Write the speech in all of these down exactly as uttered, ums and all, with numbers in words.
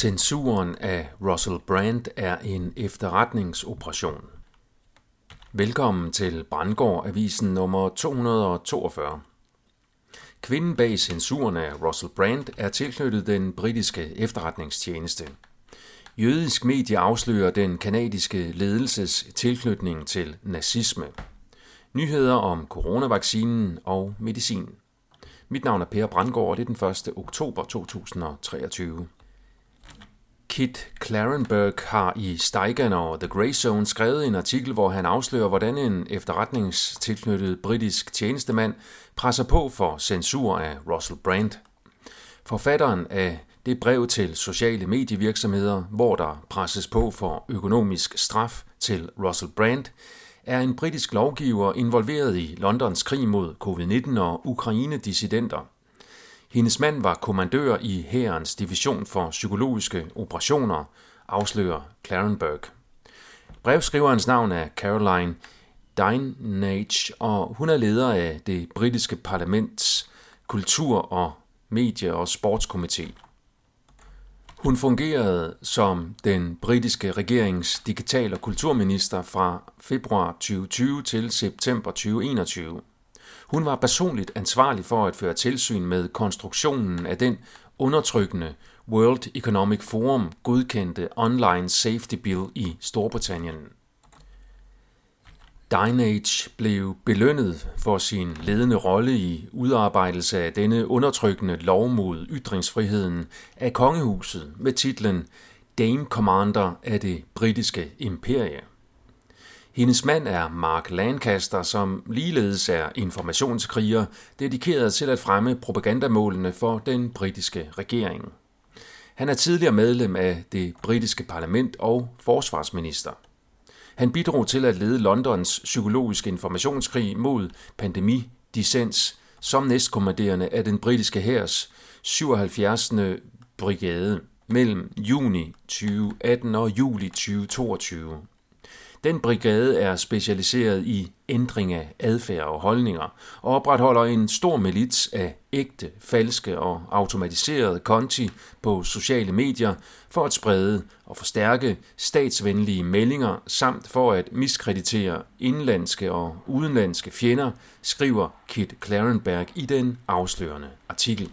Censuren af Russell Brand er en efterretningsoperation. Velkommen til Brandgård-avisen nummer to hundrede og toogfyrre. Kvinden bag censuren af Russell Brand er tilknyttet den britiske efterretningstjeneste. Jødisk medie afslører den canadiske ledelses tilknytning til nazisme. Nyheder om coronavaccinen og medicin. Mit navn er Per Brandgård, og det er den første oktober to tusind og treogtyve. Kit Klarenberg har i Steigen og The Grey Zone skrevet en artikel, hvor han afslører, hvordan en efterretningstilknyttet britisk tjenestemand presser på for censur af Russell Brand. Forfatteren af det brev til sociale medievirksomheder, hvor der presses på for økonomisk straf til Russell Brand, er en britisk lovgiver involveret i Londons krig mod covid nitten og Ukraine-dissidenter. Hendes mand var kommandør i hærens division for psykologiske operationer, afslører Klarenberg. Brevskriverens navn er Caroline Dinenage, og hun er leder af det britiske parlaments kultur- og medie- og sportskomité. Hun fungerede som den britiske regerings digital- og kulturminister fra februar tyve tyve til september tyve enogtyve. Hun var personligt ansvarlig for at føre tilsyn med konstruktionen af den undertrykkende World Economic Forum godkendte Online Safety Bill i Storbritannien. Dinenage blev belønnet for sin ledende rolle i udarbejdelse af denne undertrykkende lov mod ytringsfriheden af kongehuset med titlen Dame Commander af det britiske imperie. Hendes mand er Mark Lancaster, som ligeledes er informationskriger, dedikeret til at fremme propagandamålene for den britiske regering. Han er tidligere medlem af det britiske parlament og forsvarsminister. Han bidrog til at lede Londons psykologiske informationskrig mod pandemidissens som næstkommanderende af den britiske hærs syvoghalvfjerdsende brigade mellem juni tyve atten og juli tyve toogtyve. Den brigade er specialiseret i ændring af adfærd og holdninger og opretholder en stor milits af ægte, falske og automatiserede konti på sociale medier for at sprede og forstærke statsvenlige meldinger samt for at miskreditere indlandske og udenlandske fjender, skriver Kit Klarenberg i den afslørende artikel.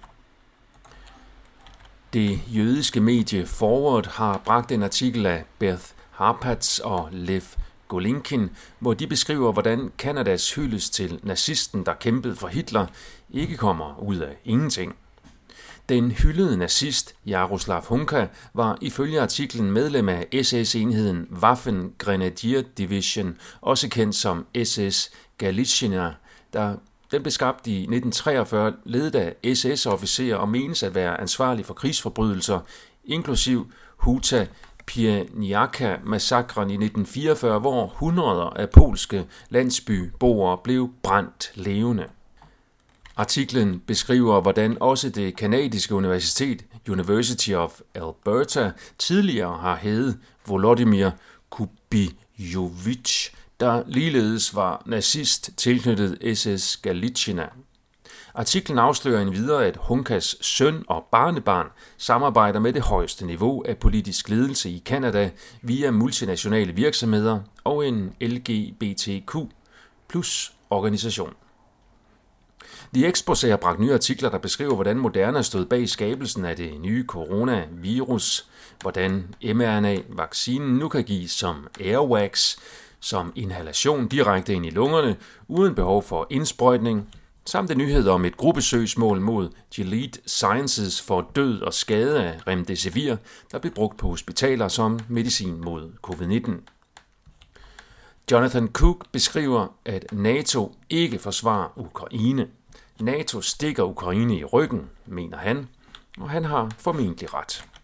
Det jødiske medie Forward har bragt en artikel af Beth Harpatz og Lev Golinkin, hvor de beskriver, hvordan Kanadas hyldest til nazisten, der kæmpede for Hitler, ikke kommer ud af ingenting. Den hyldede nazist Jaroslav Hunka var ifølge artiklen medlem af S S-enheden Waffen Grenadier Division, også kendt som S S Galiciana, der den blev skabt i nitten treogfyrre, ledet af S S-officerer og menes at være ansvarlig for krigsforbrydelser, inklusiv Huta Pieniaka-massakren i nitten fireogfyrre, hvor hundreder af polske landsbyboere blev brændt levende. Artiklen beskriver, hvordan også det kanadiske universitet University of Alberta tidligere har heddet Volodymyr Kubijovich, der ligeledes var nazist tilknyttet S S Galiciana. Artiklen afslører endvidere, at Hunkas søn og barnebarn samarbejder med det højeste niveau af politisk ledelse i Canada via multinationale virksomheder og en L G B T Q plus organisation. The Exposé har bragt nye artikler, der beskriver, hvordan Moderna stod bag skabelsen af det nye coronavirus, hvordan mRNA-vaccinen nu kan gives som airwax, som inhalation direkte ind i lungerne, uden behov for indsprøjtning, samt en nyhed om et gruppesøgsmål mod Gilead Sciences for død og skade af remdesivir, der blev brugt på hospitaler som medicin mod covid nitten. Jonathan Cook beskriver, at NATO ikke forsvarer Ukraine. NATO stikker Ukraine i ryggen, mener han, og han har formentlig ret.